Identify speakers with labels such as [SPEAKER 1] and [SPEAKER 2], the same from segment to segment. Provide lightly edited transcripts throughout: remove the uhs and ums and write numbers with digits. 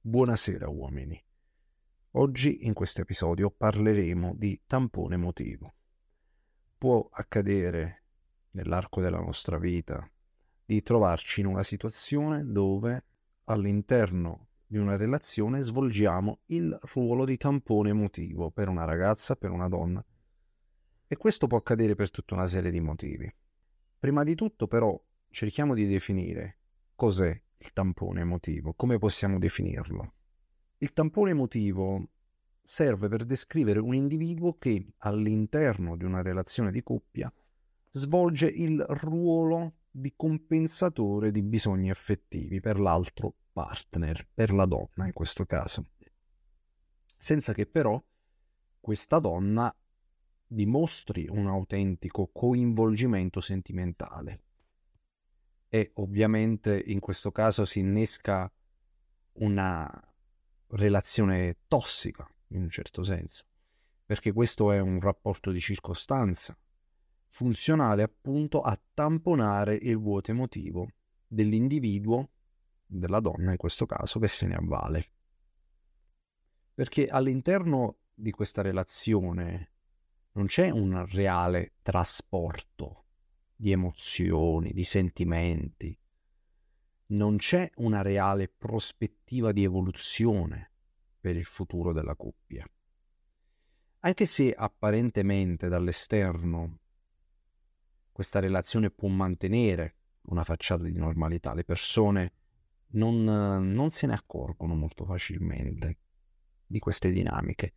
[SPEAKER 1] Buonasera uomini. Oggi in questo episodio parleremo di tampone emotivo. Può accadere nell'arco della nostra vita di trovarci in una situazione dove all'interno di una relazione svolgiamo il ruolo di tampone emotivo per una ragazza, per una donna, e questo può accadere per tutta una serie di motivi. Prima di tutto però cerchiamo di definire cos'è il tampone emotivo, come possiamo definirlo. Il tampone emotivo serve per descrivere un individuo che all'interno di una relazione di coppia svolge il ruolo di compensatore di bisogni affettivi per l'altro partner, per la donna in questo caso, senza che però questa donna dimostri un autentico coinvolgimento sentimentale. E ovviamente in questo caso si innesca una relazione tossica in un certo senso, perché questo è un rapporto di circostanza funzionale appunto a tamponare il vuoto emotivo dell'individuo, della donna in questo caso, che se ne avvale. Perché all'interno di questa relazione non c'è un reale trasporto di emozioni, di sentimenti, non c'è una reale prospettiva di evoluzione per il futuro della coppia. Anche se apparentemente dall'esterno questa relazione può mantenere una facciata di normalità, le persone non se ne accorgono molto facilmente di queste dinamiche.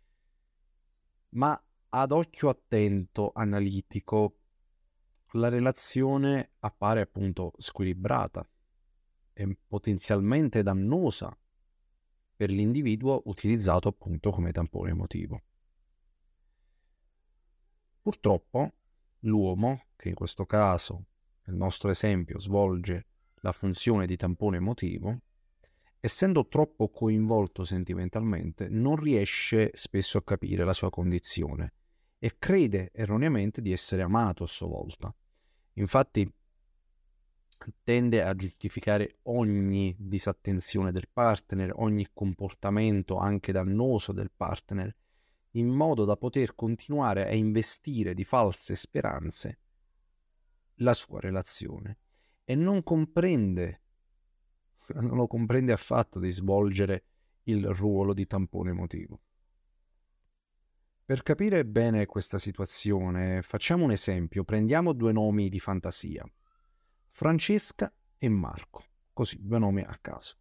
[SPEAKER 1] Ma ad occhio attento, analitico, la relazione appare appunto squilibrata e potenzialmente dannosa per l'individuo utilizzato appunto come tampone emotivo. Purtroppo l'uomo, che in questo caso, nel nostro esempio, svolge la funzione di tampone emotivo, essendo troppo coinvolto sentimentalmente, non riesce spesso a capire la sua condizione e crede erroneamente di essere amato a sua volta. Infatti tende a giustificare ogni disattenzione del partner, ogni comportamento anche dannoso del partner, in modo da poter continuare a investire di false speranze la sua relazione e non lo comprende affatto di svolgere il ruolo di tampone emotivo. Per capire bene questa situazione, facciamo un esempio, prendiamo due nomi di fantasia, Francesca e Marco, così due nomi a caso.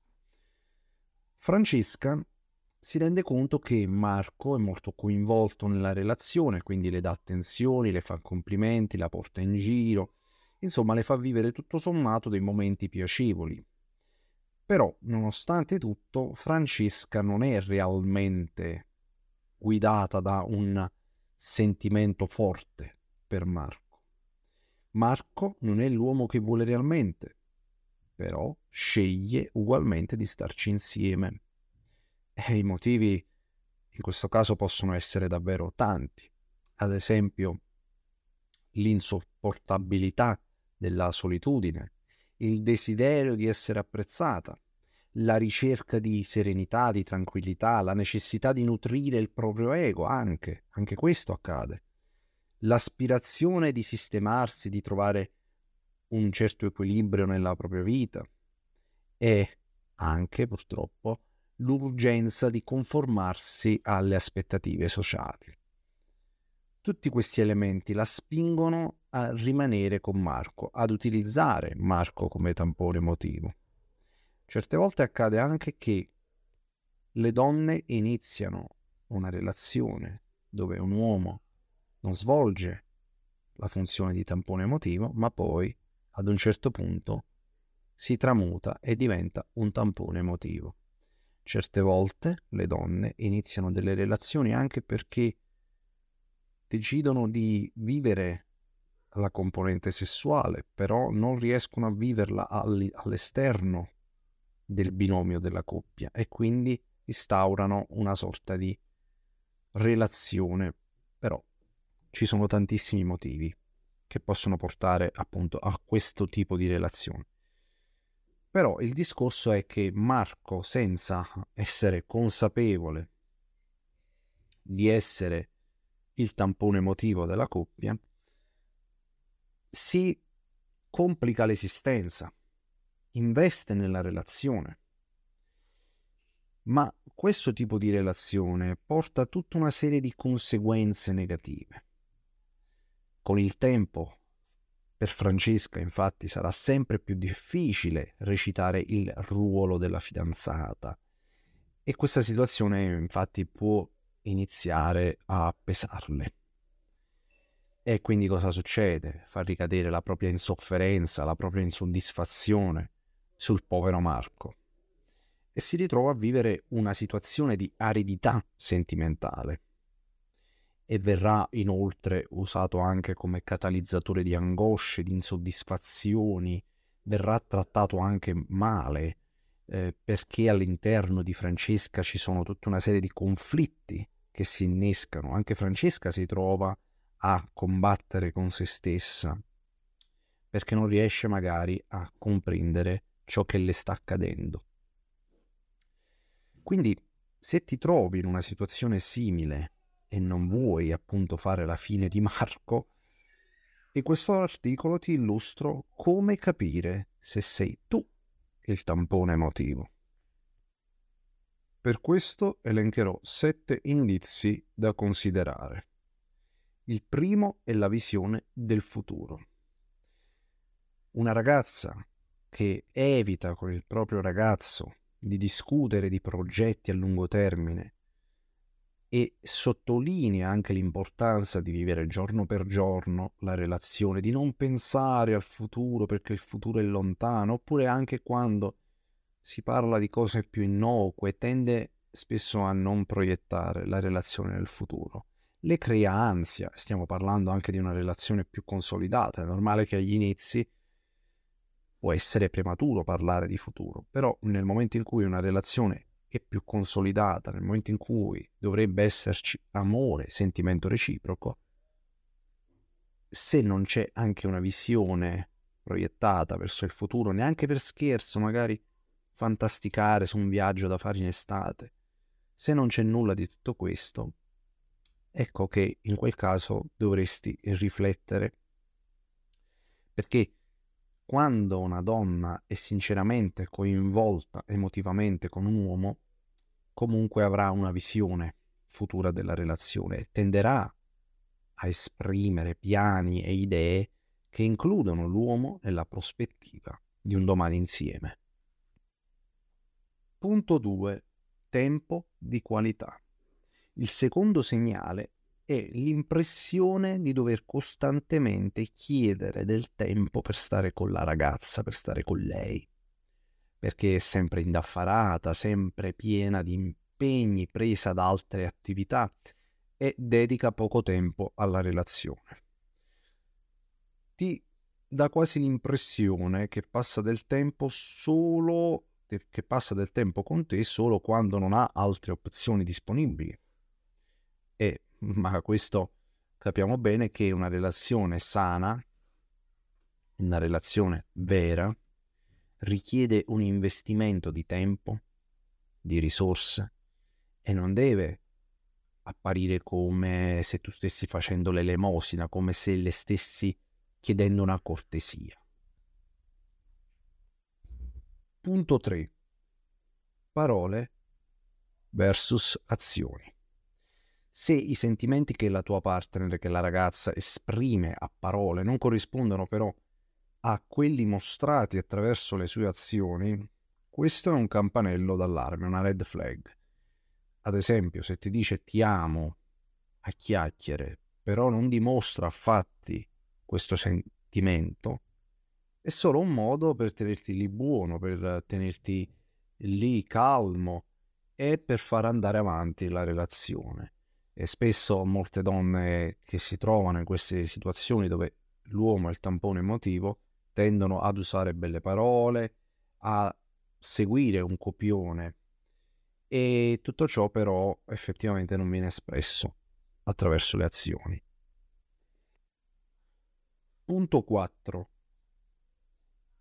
[SPEAKER 1] Francesca si rende conto che Marco è molto coinvolto nella relazione, quindi le dà attenzioni, le fa complimenti, la porta in giro, insomma le fa vivere tutto sommato dei momenti piacevoli. Però, nonostante tutto, Francesca non è realmente guidata da un sentimento forte per Marco. Marco non è l'uomo che vuole realmente, però sceglie ugualmente di starci insieme. E i motivi in questo caso possono essere davvero tanti. Ad esempio, l'insopportabilità della solitudine, il desiderio di essere apprezzata, la ricerca di serenità, di tranquillità, la necessità di nutrire il proprio ego, anche questo accade. L'aspirazione di sistemarsi, di trovare un certo equilibrio nella propria vita e anche, purtroppo, l'urgenza di conformarsi alle aspettative sociali. Tutti questi elementi la spingono a rimanere con Marco, ad utilizzare Marco come tampone emotivo. Certe volte accade anche che le donne iniziano una relazione dove un uomo non svolge la funzione di tampone emotivo, ma poi ad un certo punto si tramuta e diventa un tampone emotivo. Certe volte le donne iniziano delle relazioni anche perché decidono di vivere la componente sessuale, però non riescono a viverla all'esterno del binomio della coppia e quindi instaurano una sorta di relazione. Però ci sono tantissimi motivi che possono portare appunto a questo tipo di relazione. Però il discorso è che Marco, senza essere consapevole di essere il tampone emotivo della coppia, si complica l'esistenza, investe nella relazione. Ma questo tipo di relazione porta tutta una serie di conseguenze negative. Con il tempo, per Francesca, infatti, sarà sempre più difficile recitare il ruolo della fidanzata e questa situazione, infatti, può iniziare a pesarle. E quindi cosa succede? Fa ricadere la propria insofferenza, la propria insoddisfazione sul povero Marco e si ritrova a vivere una situazione di aridità sentimentale e verrà inoltre usato anche come catalizzatore di angosce, di insoddisfazioni, verrà trattato anche male perché all'interno di Francesca ci sono tutta una serie di conflitti che si innescano. Anche Francesca si trova a combattere con se stessa perché non riesce magari a comprendere ciò che le sta accadendo. Quindi se ti trovi in una situazione simile e non vuoi appunto fare la fine di Marco, in questo articolo ti illustro come capire se sei tu il tampone emotivo. Per questo elencherò 7 indizi da considerare. Il primo è la visione del futuro. Una ragazza che evita con il proprio ragazzo di discutere di progetti a lungo termine e sottolinea anche l'importanza di vivere giorno per giorno la relazione, di non pensare al futuro perché il futuro è lontano, oppure anche quando si parla di cose più innocue, tende spesso a non proiettare la relazione nel futuro. Le crea ansia, stiamo parlando anche di una relazione più consolidata, è normale che agli inizi può essere prematuro parlare di futuro, però nel momento in cui una relazione è più consolidata, nel momento in cui dovrebbe esserci amore, sentimento reciproco, se non c'è anche una visione proiettata verso il futuro, neanche per scherzo, magari fantasticare su un viaggio da fare in estate, se non c'è nulla di tutto questo, ecco che in quel caso dovresti riflettere, perché quando una donna è sinceramente coinvolta emotivamente con un uomo, comunque avrà una visione futura della relazione e tenderà a esprimere piani e idee che includono l'uomo nella prospettiva di un domani insieme. Punto 2. Tempo di qualità. Il secondo segnale è l'impressione di dover costantemente chiedere del tempo per stare con la ragazza, per stare con lei, perché è sempre indaffarata, sempre piena di impegni, presa da altre attività e dedica poco tempo alla relazione. Ti dà quasi l'impressione che passa del tempo con te solo quando non ha altre opzioni disponibili. Ma questo capiamo bene che una relazione sana, una relazione vera, richiede un investimento di tempo, di risorse e non deve apparire come se tu stessi facendo l'elemosina, come se le stessi chiedendo una cortesia. Punto 3. Parole versus azioni. Se i sentimenti che la tua partner, che la ragazza esprime a parole non corrispondono però a quelli mostrati attraverso le sue azioni, questo è un campanello d'allarme, una red flag. Ad esempio, se ti dice ti amo a chiacchiere, però non dimostra a fatti questo sentimento, è solo un modo per tenerti lì buono, per tenerti lì calmo e per far andare avanti la relazione. E spesso molte donne che si trovano in queste situazioni dove l'uomo è il tampone emotivo tendono ad usare belle parole, a seguire un copione e tutto ciò però effettivamente non viene espresso attraverso le azioni. Punto 4.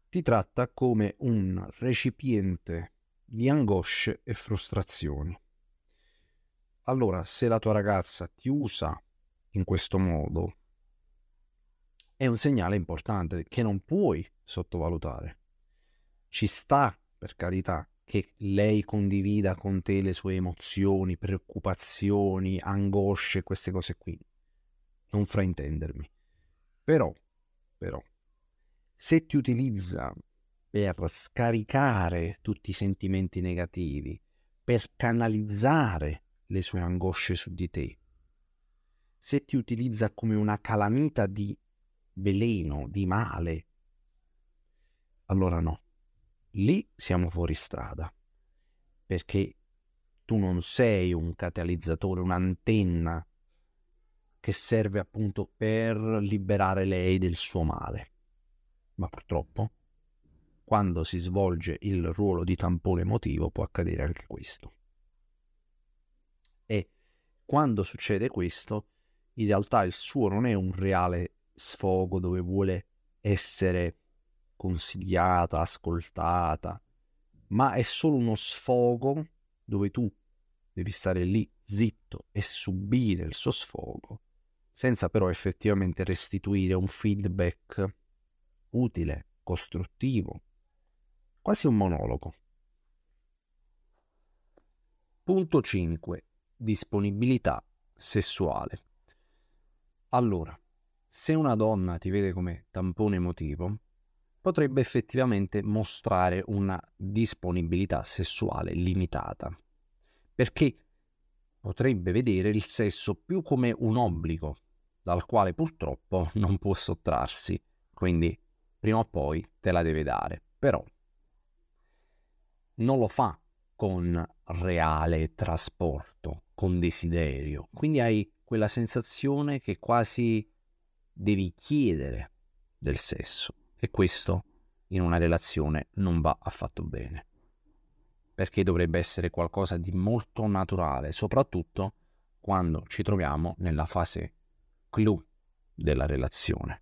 [SPEAKER 1] ti tratta come un recipiente di angosce e frustrazioni. Allora, se la tua ragazza ti usa in questo modo, è un segnale importante che non puoi sottovalutare. Ci sta, per carità, che lei condivida con te le sue emozioni, preoccupazioni, angosce, queste cose qui. Non fraintendermi. Però, se ti utilizza per scaricare tutti i sentimenti negativi, per canalizzare le sue angosce su di te, se ti utilizza come una calamita di veleno, di male, allora no. Lì siamo fuori strada, perché tu non sei un catalizzatore, un'antenna che serve appunto per liberare lei del suo male. Ma purtroppo, quando si svolge il ruolo di tampone emotivo, può accadere anche questo. E quando succede questo, in realtà il suo non è un reale sfogo dove vuole essere consigliata, ascoltata, ma è solo uno sfogo dove tu devi stare lì zitto e subire il suo sfogo, senza però effettivamente restituire un feedback utile, costruttivo, quasi un monologo. Punto 5. Disponibilità sessuale. Allora, se una donna ti vede come tampone emotivo, potrebbe effettivamente mostrare una disponibilità sessuale limitata, perché potrebbe vedere il sesso più come un obbligo, dal quale purtroppo non può sottrarsi, quindi prima o poi te la deve dare, però non lo fa con reale trasporto, con desiderio, quindi hai quella sensazione che quasi devi chiedere del sesso, e questo in una relazione non va affatto bene, perché dovrebbe essere qualcosa di molto naturale, soprattutto quando ci troviamo nella fase clou della relazione.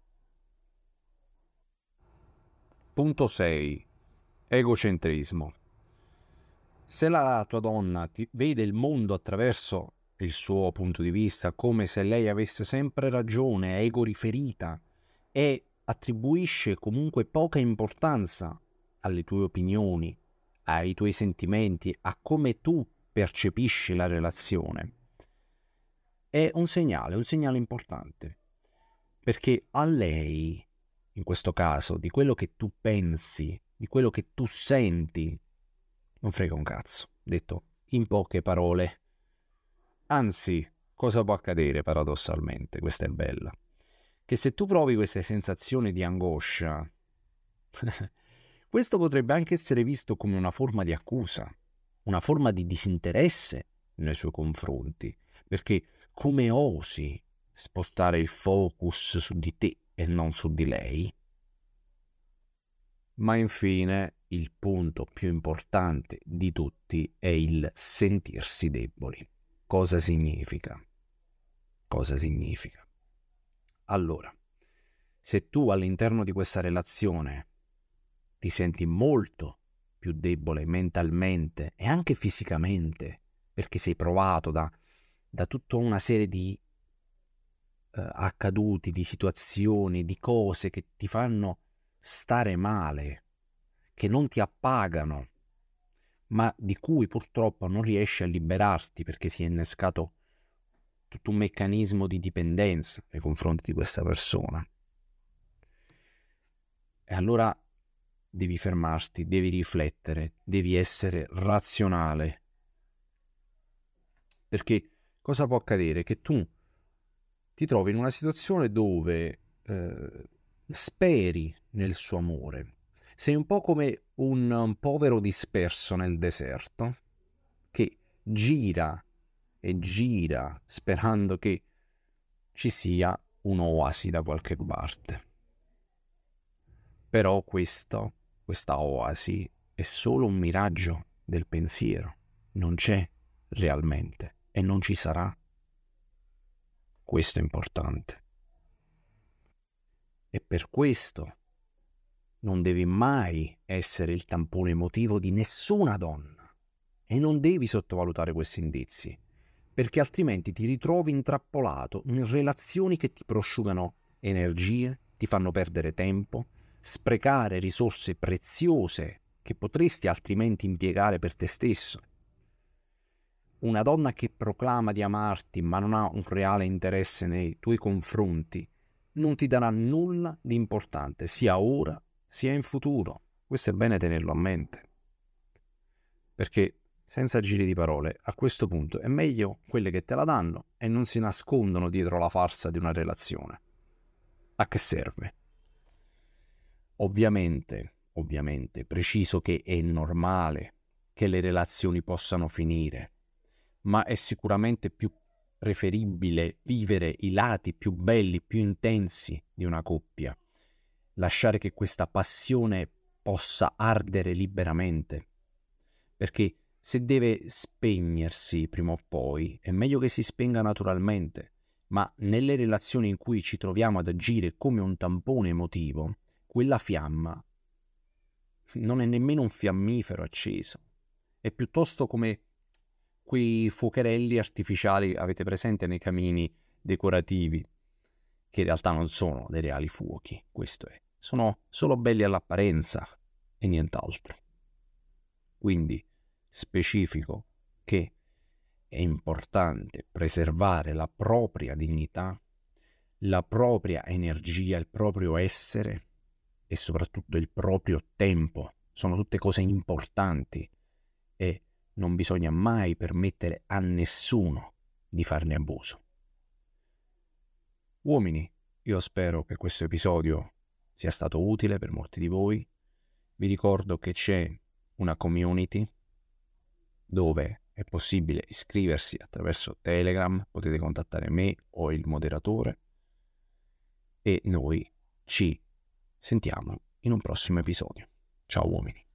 [SPEAKER 1] Punto 6. Egocentrismo. Se la tua donna vede il mondo attraverso il suo punto di vista, come se lei avesse sempre ragione, è egoriferita e attribuisce comunque poca importanza alle tue opinioni, ai tuoi sentimenti, a come tu percepisci la relazione, è un segnale importante, perché a lei, in questo caso, di quello che tu pensi, di quello che tu senti, non frega un cazzo, detto in poche parole. Anzi, cosa può accadere paradossalmente, questa è bella, che se tu provi queste sensazioni di angoscia, questo potrebbe anche essere visto come una forma di accusa, una forma di disinteresse nei suoi confronti, perché come osi spostare il focus su di te e non su di lei? Ma infine, il punto più importante di tutti è il sentirsi deboli. Cosa significa? Cosa significa? Allora, se tu all'interno di questa relazione ti senti molto più debole mentalmente e anche fisicamente, perché sei provato da tutta una serie di accaduti, di situazioni, di cose che ti fanno stare male, che non ti appagano, ma di cui purtroppo non riesci a liberarti perché si è innescato tutto un meccanismo di dipendenza nei confronti di questa persona. E allora devi fermarti, devi riflettere, devi essere razionale. Perché cosa può accadere? Che tu ti trovi in una situazione dove speri nel suo amore. Sei un po' come un povero disperso nel deserto che gira e gira sperando che ci sia un'oasi da qualche parte. Però questa oasi è solo un miraggio del pensiero, non c'è realmente e non ci sarà. Questo è importante. E per questo
[SPEAKER 2] non devi mai essere il tampone emotivo di nessuna donna e non devi sottovalutare questi indizi, perché altrimenti ti ritrovi intrappolato in relazioni che ti prosciugano energie, ti fanno perdere tempo, sprecare risorse preziose che potresti altrimenti impiegare per te stesso. Una donna che proclama di amarti ma non ha un reale interesse nei tuoi confronti non ti darà nulla di importante, sia ora sia in futuro. Questo è bene tenerlo a mente, perché senza giri di parole, a questo punto è meglio quelle che te la danno e non si nascondono dietro la farsa di una relazione. A che serve? Ovviamente, preciso che è normale che le relazioni possano finire, ma è sicuramente più preferibile vivere i lati più belli, più intensi di una coppia, lasciare che questa passione possa ardere liberamente, perché se deve spegnersi prima o poi, è meglio che si spenga naturalmente, ma nelle relazioni in cui ci troviamo ad agire come un tampone emotivo, quella fiamma non è nemmeno un fiammifero acceso, è piuttosto come quei fuocherelli artificiali avete presente nei camini decorativi, che in realtà non sono dei reali fuochi, questo è. Sono solo belli all'apparenza e nient'altro. Quindi specifico che è importante preservare la propria dignità, la propria energia, il proprio essere e soprattutto il proprio tempo. Sono tutte cose importanti e non bisogna mai permettere a nessuno di farne abuso. Uomini, io spero che questo episodio sia stato utile per molti di voi. Vi ricordo che c'è una community dove è possibile iscriversi attraverso Telegram, potete contattare me o il moderatore e noi ci sentiamo in un prossimo episodio. Ciao uomini.